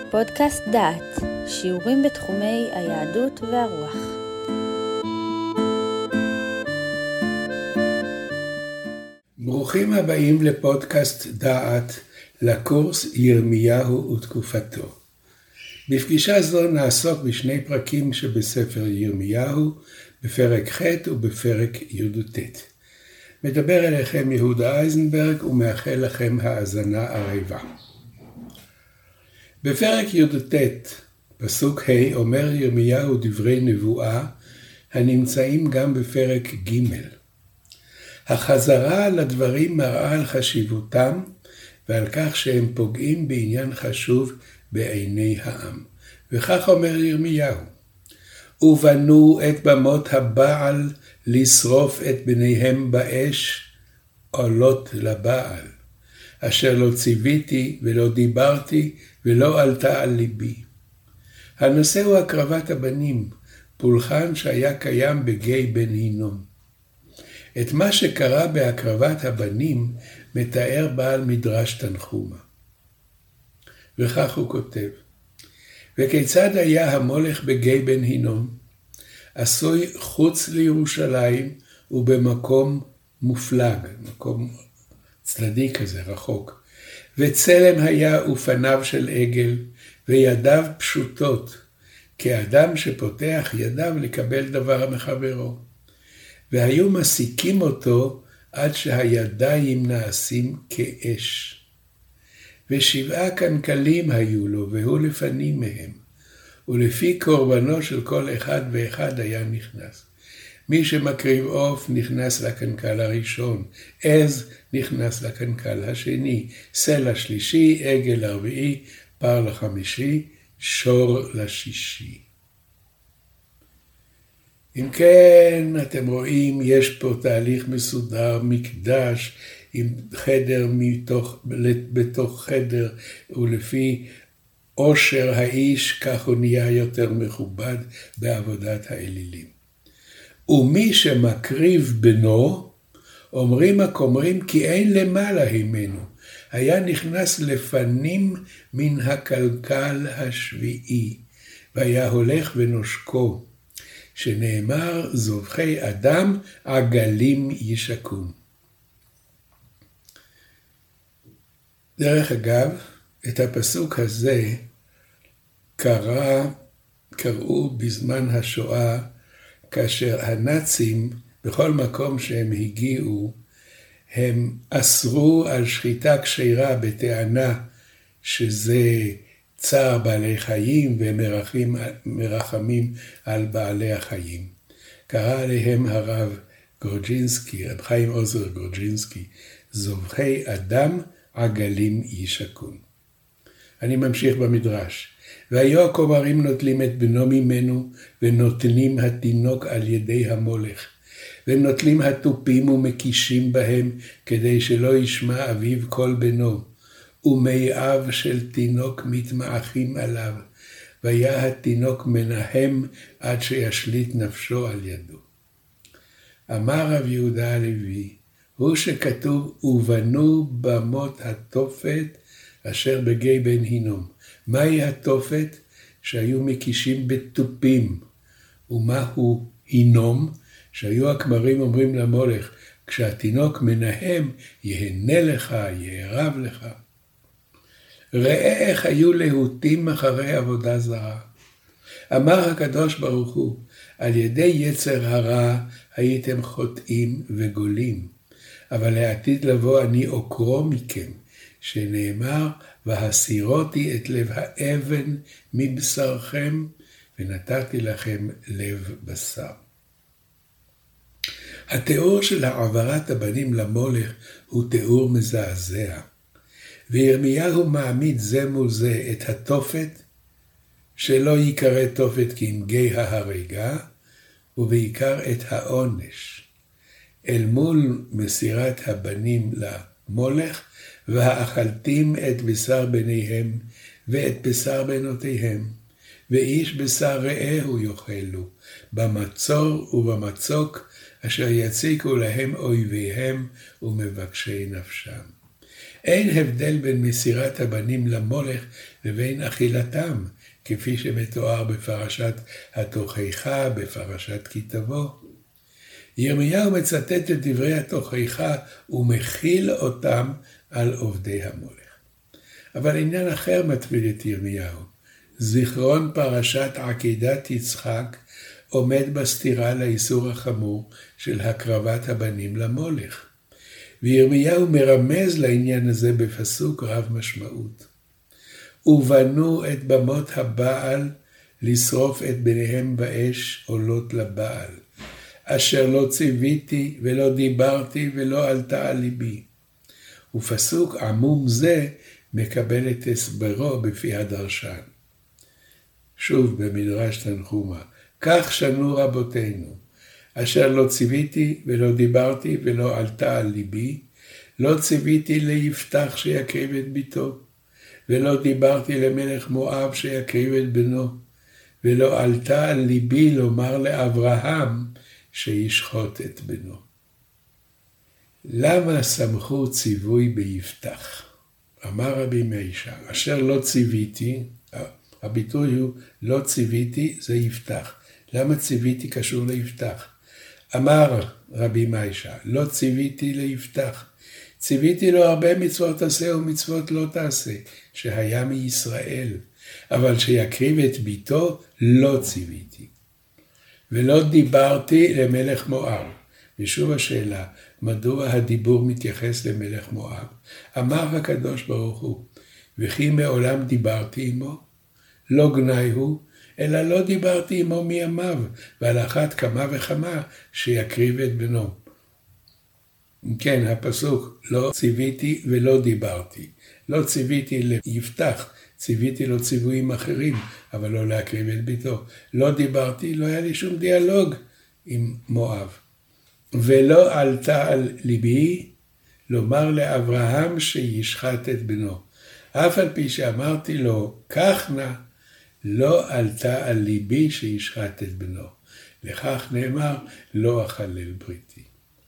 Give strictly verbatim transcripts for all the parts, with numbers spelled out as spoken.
פודקאסט דעת, שיעורים בתחומי היהדות והרוח. ברוכים הבאים לפודקאסט דעת, לקורס ירמיהו ותקופתו. בפגישה זו נעסוק בשני פרקים שבספר ירמיהו, בפרק ח' ובפרק י"ט. מדבר אליכם יהודה אייזנברג ומאחל לכם האזנה ערבה. בפרק י"ט, פסוק ה', אומר ירמיהו דברי נבואה הנמצאים גם בפרק ג'. החזרה לדברים מראה על חשיבותם ועל כך שהם פוגעים בעניין חשוב בעיני העם. וכך אומר ירמיהו: ובנו את במות הבעל לשרוף את בניהם באש, עולות לבעל, אשר לא ציוויתי ולא דיברתי ולא עלתה על ליבי. הנושא הוא הקרבת הבנים, פולחן שהיה קיים בגיא בן הינום. את מה שקרה בהקרבת הבנים מתאר בעל מדרש תנחומה. וכך הוא כותב: וכיצד היה המולך בגיא בן הינום? עשוי חוץ לירושלים ובמקום מופלג, מקום צדדי כזה רחוק. וצלם היה ופניו של עגל וידיו פשוטות, כאדם שפותח ידיו לקבל דבר מחברו. והיו מסיקים אותו עד שהידיים נעשים כאש. ושבעה קנקלים היו לו, והוא לפנים מהם, ולפי קורבנו של כל אחד ואחד היה נכנס. מי שמקריב עוף נכנס לקנקל הראשון, עז נכנס לקנקל השני, סלע שלישי, עגל הרביעי, פר לחמישי, שור לשישי. אם כן, אתם רואים, יש פה תהליך מסודר, מקדש, עם חדר מתוך, בתוך חדר, ולפי עושר האיש, כך הוא נהיה יותר מכובד בעבודת האלילים. ומי שמקריב בנו, אומרים הכומרים כי אין למעלה הימנו, היה נכנס לפנים מן הקלקל השביעי, והיה הולך ונושקו, שנאמר זובחי אדם עגלים ישקון. דרך אגב, את הפסוק הזה קרא, קראו בזמן השואה, כאשר הנאצים, בכל מקום שהם הגיעו, הם אסרו על שחיטה כשרה בטענה שזה צער בעלי חיים והם מרחמים, מרחמים על בעלי החיים. קרא עליהם הרב גרוג'ינסקי, רב חיים עוזר גרוג'ינסקי, זובחי אדם עגלים ישקון. אני ממשיך במדרש. והיו הכומרים נוטלים את בנו ממנו, ונותנים התינוק על ידי המולך, ונוטלים התופים ומקישים בהם, כדי שלא ישמע אביו כל בנו, ומי אב של תינוק מתמעכים עליו, והיה התינוק מנהם עד שישליט נפשו על ידו. אמר רב יהודה הלוי, הוא שכתוב, ובנו במות התופת אשר בגיא בן הינום. מהי התופת? שהיו מקישים בתופים. ומהו הינום? שהיו הכמרים אומרים למולך, כשהתינוק מנהם, יהנה לך, יערב לך. ראה איך היו להוטים אחרי עבודה זרה. אמר הקדוש ברוך הוא, על ידי יצר הרע הייתם חוטאים וגולים, אבל לעתיד לבוא אני עוקרו מכם, שנאמר, והסירותי את לב האבן מבשרכם, ונתתי לכם לב בשר. התיאור של העברת הבנים למולך הוא תיאור מזעזע, וירמיהו מעמיד זה מול זה את התופת, שלא יקרא תופת כנגי ההריגה, ובעיקר את העונש, אל מול מסירת הבנים למולך, והאכלתים את בשר בניהם, ואת בשר בנותיהם, ואיש בשר רעהו יאכלו, במצור ובמצוק, אשר יציקו להם אויביהם ומבקשי נפשם. אין הבדל בין מסירת הבנים למולך לבין אכילתם, כפי שמתואר בפרשת התוכחה, בפרשת כי תבוא. ירמיהו מצטט את דברי התוכחה ומכיל אותם על עובדי המולך. אבל עניין אחר מטריד את ירמיהו. זיכרון פרשת עקדת יצחק עומד בסתירה לאיסור החמור של הקרבת הבנים למולך. וירמיהו מרמז לעניין הזה בפסוק רב משמעות. ובנו את במות הבעל לשרוף את בניהם באש עולות לבעל, אשר לא ציוויתי ולא דיברתי ולא עלתה על ליבי. ופסוק עמום זה מקבל את הסברו בפי הדרשן. שוב במדרש תנחומה, כך שנו רבותינו, אשר לא ציוויתי ולא דיברתי ולא עלתה על ליבי, לא ציוויתי ליפתח שיקריב את ביתו, ולא דיברתי למלך מואב שיקריב את בנו, ולא עלתה על ליבי לומר לאברהם שישחוט את בנו. למה סמכו ציווי ביפתח? אמר רבי מיישה, אשר לא ציוויתי, הביטוי הוא לא ציוויתי, זה יפתח. למה ציוויתי קשור ליפתח? אמר רבי מיישה, לא ציוויתי ליפתח. ציוויתי לו הרבה מצוות תעשה ומצוות לא תעשה, שהיה מישראל, אבל שיקריב את ביתו לא ציוויתי. ולא דיברתי למלך מואב. ושוב השאלה, מדוע הדיבור מתייחס למלך מואב? אמר הקדוש ברוך הוא, וכי מעולם דיברתי עמו? לא גנאי הוא, אלא לא דיברתי עמו מימיו, ועל אחת כמה וכמה שיקריב את בנו. כן, הפסוק, לא ציוויתי ולא דיברתי. לא ציוויתי ליפתח, ציוויתי לו ציוויים אחרים, אבל לא להקריב את ביתו. לא דיברתי, לא היה לי שום דיאלוג עם מואב. ולא עלתה על ליבי לומר לאברהם שישחט את בנו. אף על פי שאמרתי לו, כך נא, לא עלתה על ליבי שישחט את בנו. לכך נאמר, לא אחלל בריתי.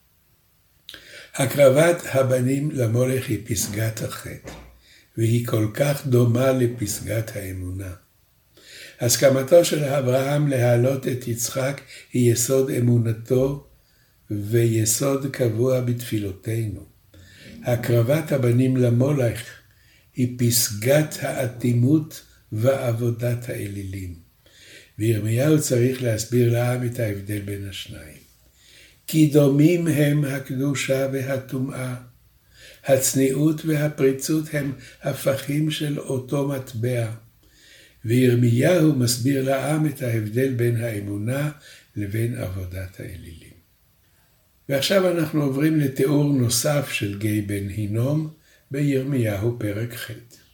הקרבת הבנים למולך היא פסגת החטא, והיא כל כך דומה לפסגת האמונה. הסכמתו של אברהם להעלות את יצחק היא יסוד אמונתו ויסוד קבוע בתפילותינו. הקרבת הבנים למולך היא פסגת האטימות ועבודת האלילים. וירמיהו צריך להסביר לעם את ההבדל בין השניים. כי דומים הם הקדושה והטומאה. הצניעות והפריצות הם הפכים של אותו מטבע. וירמיהו מסביר לעם את ההבדל בין האמונה לבין עבודת האלילים. ועכשיו אנחנו עוברים לתיאור נוסף של גיא בן הינום בירמיהו פרק ח'.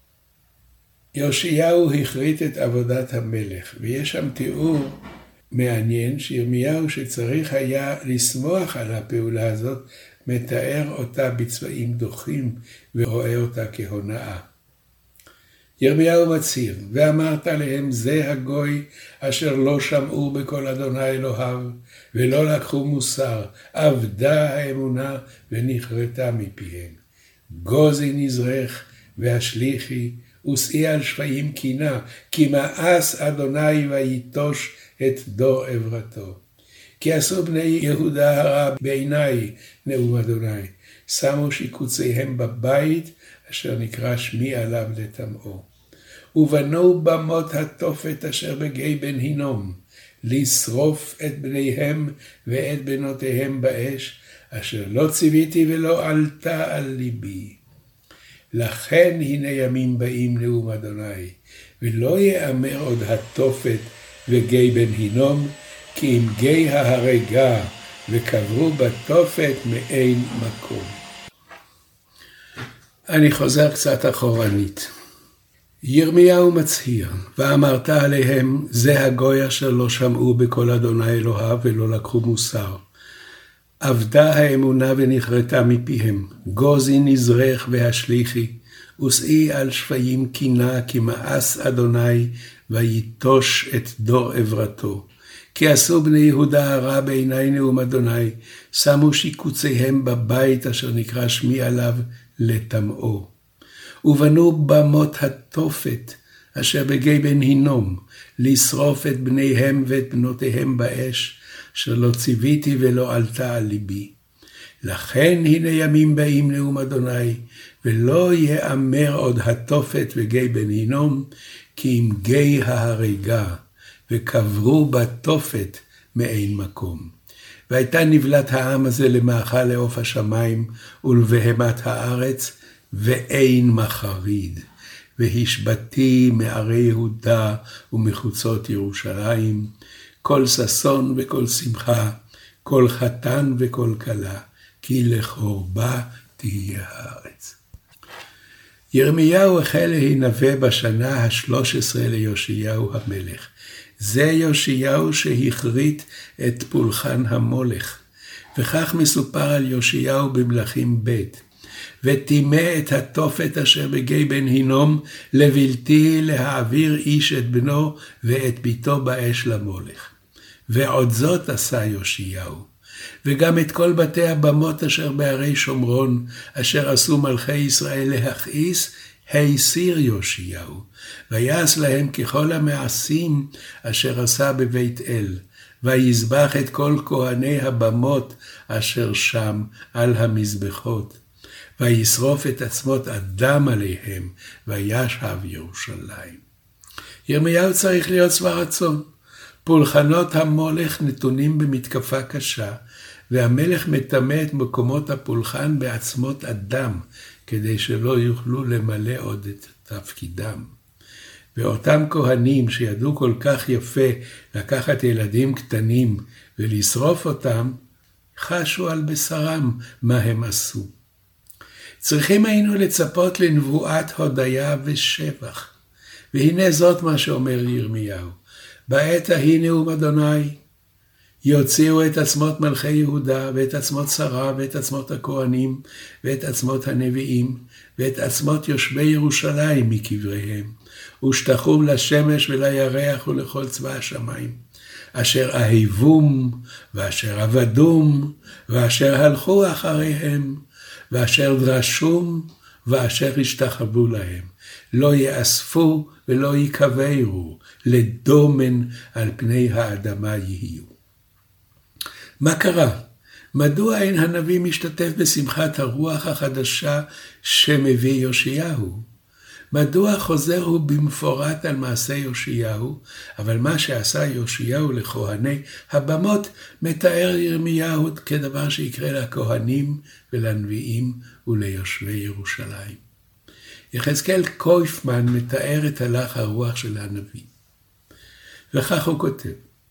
יאשיהו הכרית את עבודת המלך, ויש שם תיאור מעניין שירמיהו שצריך היה לשמוח על הפעולה הזאת, מתאר אותה בצבעים דוחים ורואה אותה כהונאה. ירמיהו מצהיר, ואמרת להם זה הגוי אשר לא שמעו בקול אדוני אלוהיו, ולא לקחו מוסר, אבדה האמונה ונכרתה מפיהם. גוזי נזרך והשליחי, ושאי על שפיים קינה, כי מאס אדוני ויטוש את דור עברתו. כי עשו בני יהודה הרע בעיני, נאום אדוני, שמו שיקוציהם בבית, אשר נקרא שמי עליו לטמאו. ובנו במות התופת אשר בגיא בן הינום, לשרוף את בניהם ואת בנותיהם באש, אשר לא ציוויתי ולא עלתה על ליבי. לכן הנה ימים באים נאום אדוני, ולא יאמר עוד התופת וגיא בן הינום, כי אם גיא ההרגה, וקברו בתופת מאין מקום. אני חוזר קצת אחורנית. ירמיהו מצהיר, ואמרת עליהם, זה הגוי אשר לא שמעו בקול אדוני אלוהיו ולא לקחו מוסר. אבדה האמונה ונכרתה מפיהם, גוזי נזרך והשליחי, ושאי על שפיים קינה, כי מאס אדוני ויטוש את דור עברתו. כי עשו בני יהודה הרע בעיני נאום אדוני, שמו שיקוציהם בבית אשר נקרא שמי עליו לטמאו. ובנו במות התופת, אשר בגיא בן הינום, לשרוף את בניהם ואת בנותיהם באש, אשר לא ציוויתי ולא עלתה על ליבי. לכן הנה ימים באים נאום אדוני, ולא יאמר עוד התופת וגיא בן הינום, כי אם גיא ההריגה, וקברו בתופת מאין מקום. והייתה נבלת העם הזה למאכל לעוף השמיים ולבהמת הארץ, ואין מחריד. והשבתי מערי יהודה ומחוצות ירושלים, כל ששון וכל שמחה, כל חתן וכל כלה, כי לחורבה תהיה הארץ. ירמיהו החל להינבא בשנה ה-שלוש עשרה ליאשיהו המלך. זה יאשיהו שהכרית את פולחן המולך, וכך מסופר על יאשיהו במלכים ב' וטימא את התופת אשר בגיא בן הינום לבלתי להעביר איש את בנו ואת ביתו באש למולך. ועוד זאת עשה יאשיהו, וגם את כל בתי הבמות אשר בערי שומרון, אשר עשו מלכי ישראל להכעיס, הסיר יאשיהו, ויעש להם ככל המעשים אשר עשה בבית אל, ויזבח את כל כהני הבמות אשר שם על המזבחות, וישרוף את עצמות אדם עליהם, וישב ירושלים. ירמיהו צריך להיות שבע רצון. פולחנות המולך נתונים במתקפה קשה, והמלך מטמא את מקומות הפולחן בעצמות אדם, כדי שלא יוכלו למלא עוד את תפקידם. ואותם כהנים שידעו כל כך יפה לקחת ילדים קטנים ולשרוף אותם, חשו על בשרם מה הם עשו. צריכים היינו לצפות לנבואת הודיה ושבח. והנה זאת מה שאומר ירמיהו. בעת ההיא נאום אדוני, יוציאו את עצמות מלכי יהודה, ואת עצמות שרה, ואת עצמות הכהנים, ואת עצמות הנביאים, ואת עצמות יושבי ירושלים מקבריהם, ושטחום לשמש ולירח ולכל צבא השמיים, אשר אהבום, ואשר עבדום, ואשר הלכו אחריהם, ואשר דרשום, ואשר השתחוו להם. לא יאספו ולא יקברו, לדומן על פני האדמה יהיו. מה קרה? מדוע אין הנביא משתתף בשמחת הרוח החדשה שמביא יאשיהו? מדוע חוזר הוא במפורט על מעשה יאשיהו, אבל מה שעשה יאשיהו לכהני הבמות מתאר ירמיהו כדבר שיקרה לכהנים ולנביאים וליושבי ירושלים. יחזקאל קויפמן מתאר את הלך הרוח של הנביא. וכך הוא כותב: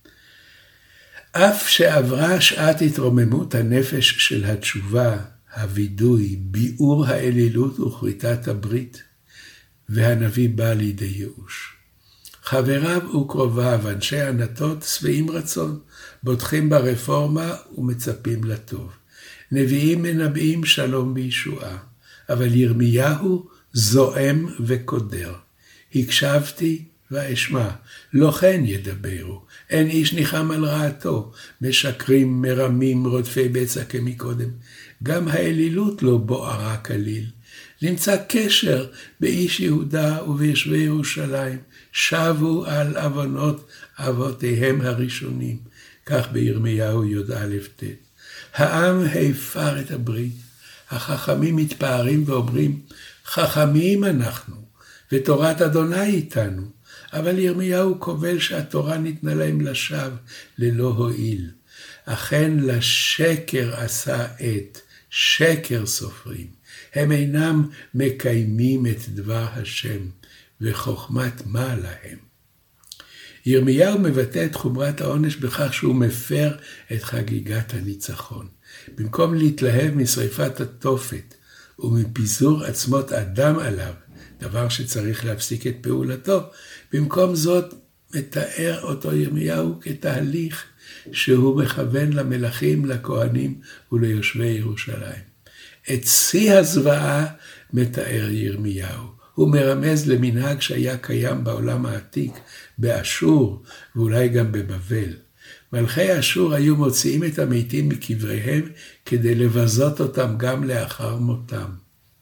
אף שעברה שעת התרוממות הנפש של התשובה, הווידוי, ביאור האלילות וכריתת הברית, והנביא בא לידי ייאוש. חבריו וקרוביו, אנשי ענתות, שבעים רצון, בוטחים ברפורמה ומצפים לטוב. נביאים מנבאים שלום בישועה, אבל ירמיהו זועם וקודר. הקשבתי ואשמע, לא כן ידברו, אין איש ניחם על רעתו, משקרים, מרמים, רודפי בצע כמקודם. גם האלילות לא בוערה כליל. נמצא קשר באיש יהודה וביושבי ירושלים, שבו על אבונות אבותיהם הראשונים, כך בירמיהו י"א ט'. העם הפר את הברית, החכמים מתפארים ואומרים, חכמים אנחנו, ותורת אדוני איתנו, אבל ירמיהו קובל שהתורה ניתנה להם לשווא, ללא הועיל. אכן לשקר עשה עת, שקר סופרים. הם אינם מקיימים את דבר השם, וחוכמת מה להם. ירמיהו מבטא את חומרת העונש בכך שהוא מפר את חגיגת הניצחון. במקום להתלהב משריפת התופת ומפיזור עצמות אדם עליו, דבר שצריך להפסיק את פעולתו, במקום זאת מתאר אותו ירמיהו כתהליך שהוא מכוון למלכים, לכהנים וליושבי ירושלים. את שיא הזוועה מתאר ירמיהו. הוא מרמז למנהג שהיה קיים בעולם העתיק, באשור ואולי גם בבבל. מלכי אשור היו מוציאים את המתים מקבריהם כדי לבזות אותם גם לאחר מותם.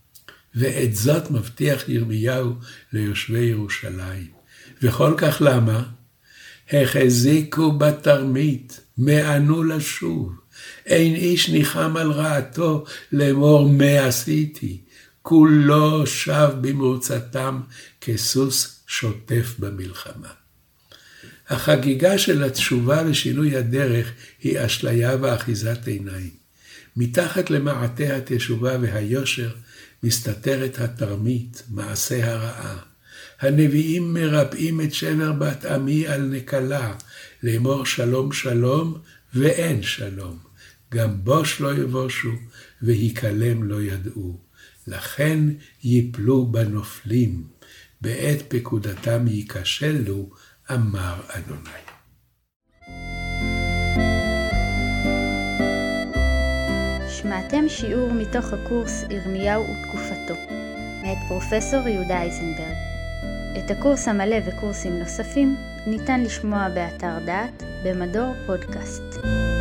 ואת זאת מבטיח ירמיהו ליושבי ירושלים. וכל כך למה? החזיקו בתרמית, מענו לשוב. אין איש ניחם על רעתו לאמור מה עשיתי. כולו שב במרוצתם כסוס שוטף במלחמה. החגיגה של התשובה ושינוי הדרך היא אשליה ואחיזת עיניים. מתחת למעטה התשובה והיושר מסתתרת התרמית, מעשה הרעה. הנביאים מרפאים את שבר בת עמי על נקלה, לאמור שלום שלום ואין שלום. גם בוש לא יבושו והיקלם לא ידעו. לכן ייפלו בנופלים, בעת פקודתם ייכשלו, אמר אדוני. שמעתם שיעור מתוך הקורס ירמיהו ותקופתו, מאת פרופסור יהודה אייזנברג. את הקורס המלא וקורסים נוספים ניתן לשמוע באתר דעת במדור פודקאסט.